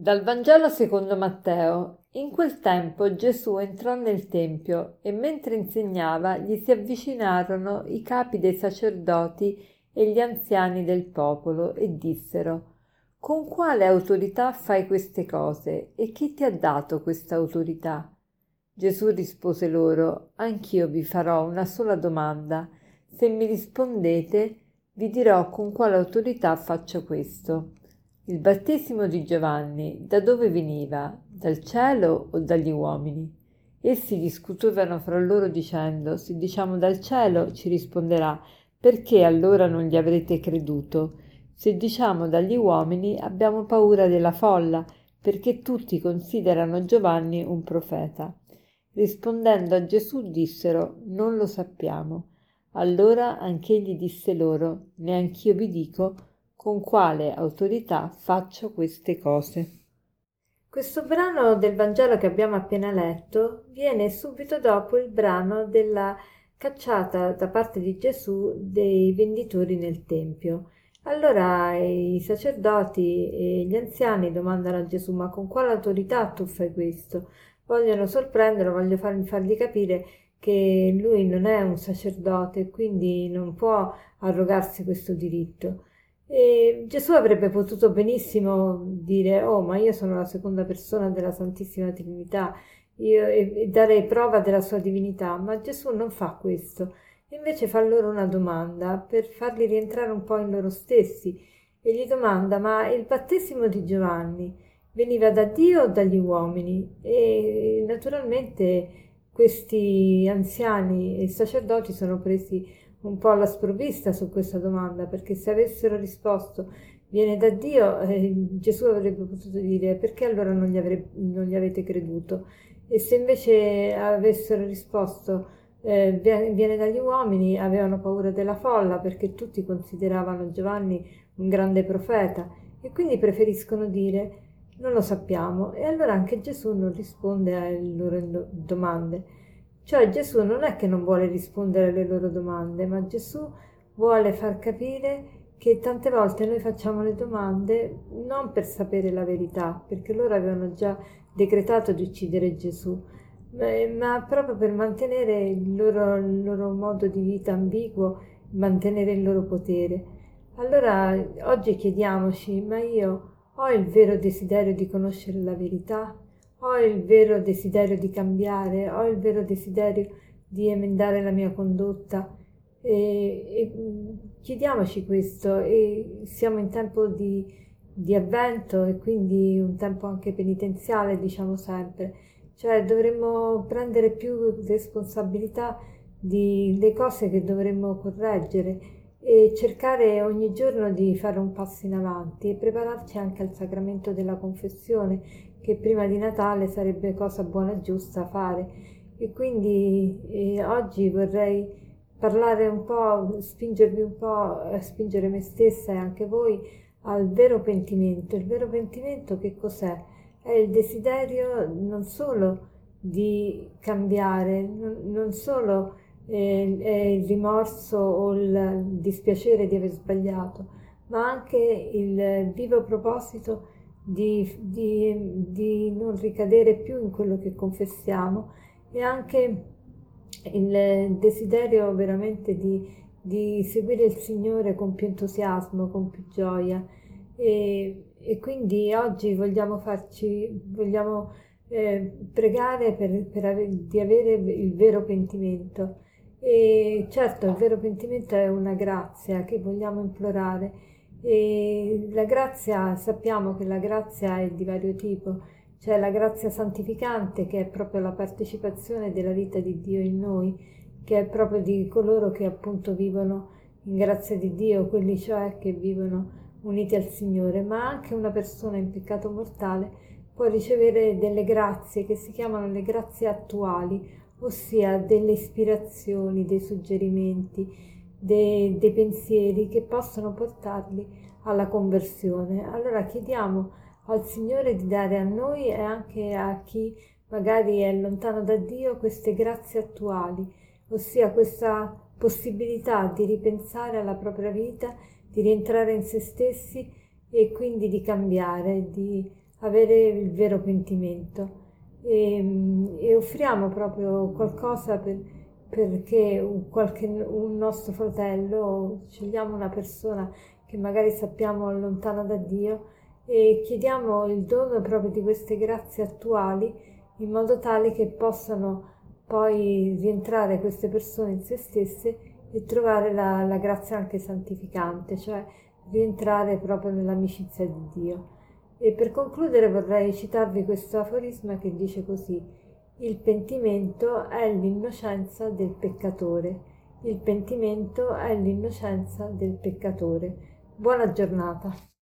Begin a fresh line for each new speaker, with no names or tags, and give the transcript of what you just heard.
Dal Vangelo secondo Matteo. In quel tempo Gesù entrò nel Tempio e mentre insegnava gli si avvicinarono i capi dei sacerdoti e gli anziani del popolo e dissero: «Con quale autorità fai queste cose e chi ti ha dato questa autorità?» Gesù rispose loro: «Anch'io vi farò una sola domanda. Se mi rispondete, vi dirò con quale autorità faccio questo. Il battesimo di Giovanni da dove veniva? Dal cielo o dagli uomini?» Essi discutevano fra loro dicendo: «Se diciamo dal cielo, ci risponderà: perché allora non gli avrete creduto? Se diciamo dagli uomini, abbiamo paura della folla, perché tutti considerano Giovanni un profeta». Rispondendo a Gesù dissero: «Non lo sappiamo». Allora anch'egli disse loro: «Neanch'io vi dico con quale autorità faccio queste cose». Questo brano del Vangelo che abbiamo appena letto viene subito dopo il brano della cacciata da parte di Gesù dei venditori nel Tempio. Allora i sacerdoti e gli anziani domandano a Gesù: «Ma con quale autorità tu fai questo?» Vogliono sorprenderlo, vogliono fargli capire che lui non è un sacerdote, quindi non può arrogarsi questo diritto. E Gesù avrebbe potuto benissimo dire: «Oh, ma io sono la seconda persona della Santissima Trinità», e dare prova della sua divinità, ma Gesù non fa questo. Invece fa loro una domanda per farli rientrare un po' in loro stessi e gli domanda: «Ma il battesimo di Giovanni veniva da Dio o dagli uomini?» E naturalmente questi anziani e sacerdoti sono presi un po' alla sprovvista su questa domanda, perché se avessero risposto viene da Dio, Gesù avrebbe potuto dire: «Perché allora non gli avete creduto?» E se invece avessero risposto viene dagli uomini, avevano paura della folla, perché tutti consideravano Giovanni un grande profeta e quindi preferiscono dire: «Non lo sappiamo». E allora anche Gesù non risponde alle loro domande. Cioè Gesù non è che non vuole rispondere alle loro domande, ma Gesù vuole far capire che tante volte noi facciamo le domande non per sapere la verità, perché loro avevano già decretato di uccidere Gesù, ma proprio per mantenere il loro modo di vita ambiguo, mantenere il loro potere. Allora oggi chiediamoci: ma io ho il vero desiderio di conoscere la verità? Ho il vero desiderio di cambiare? Ho il vero desiderio di emendare la mia condotta? E chiediamoci questo. E siamo in tempo di avvento e quindi un tempo anche penitenziale, diciamo sempre. Cioè dovremmo prendere più responsabilità delle cose che dovremmo correggere e cercare ogni giorno di fare un passo in avanti e prepararci anche al sacramento della confessione, che prima di Natale sarebbe cosa buona e giusta fare. E quindi oggi vorrei parlare un po', spingervi un po', spingere me stessa e anche voi al vero pentimento. Il vero pentimento che cos'è? È il desiderio non solo di cambiare, non solo è il rimorso o il dispiacere di aver sbagliato, ma anche il vivo proposito di non ricadere più in quello che confessiamo, e anche il desiderio veramente di seguire il Signore con più entusiasmo, con più gioia. E quindi oggi vogliamo pregare di avere il vero pentimento. E certo, il vero pentimento è una grazia che vogliamo implorare. E la grazia, sappiamo che la grazia è di vario tipo. C'è la grazia santificante, che è proprio la partecipazione della vita di Dio in noi, che è proprio di coloro che appunto vivono in grazia di Dio, quelli cioè che vivono uniti al Signore. Ma anche una persona in peccato mortale può ricevere delle grazie che si chiamano le grazie attuali, ossia delle ispirazioni, dei suggerimenti, dei pensieri che possono portarli alla conversione. Allora chiediamo al Signore di dare a noi e anche a chi magari è lontano da Dio queste grazie attuali, ossia questa possibilità di ripensare alla propria vita, di rientrare in se stessi e quindi di cambiare, di avere il vero pentimento e offriamo proprio qualcosa perché un nostro fratello, scegliamo una persona che magari sappiamo lontana da Dio e chiediamo il dono proprio di queste grazie attuali in modo tale che possano poi rientrare queste persone in se stesse e trovare la grazia anche santificante, cioè rientrare proprio nell'amicizia di Dio. E per concludere vorrei citarvi questo aforisma che dice così: il pentimento è l'innocenza del peccatore. Il pentimento è l'innocenza del peccatore. Buona giornata.